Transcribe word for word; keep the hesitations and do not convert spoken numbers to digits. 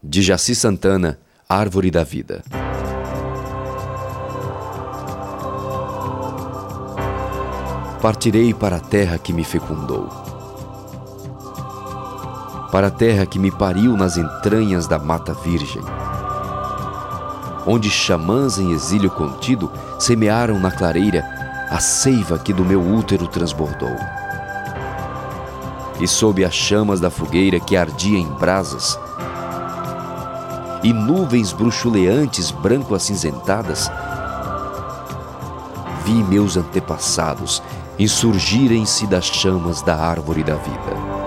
De Jaci Santana, Árvore da Vida. Partirei para a terra que me fecundou, para a terra que me pariu nas entranhas da mata virgem, onde xamãs em exílio contido semearam na clareira a seiva que do meu útero transbordou. E sob as chamas da fogueira que ardia em brasas, e nuvens bruxuleantes branco-acinzentadas, vi meus antepassados insurgirem-se das chamas da árvore da vida.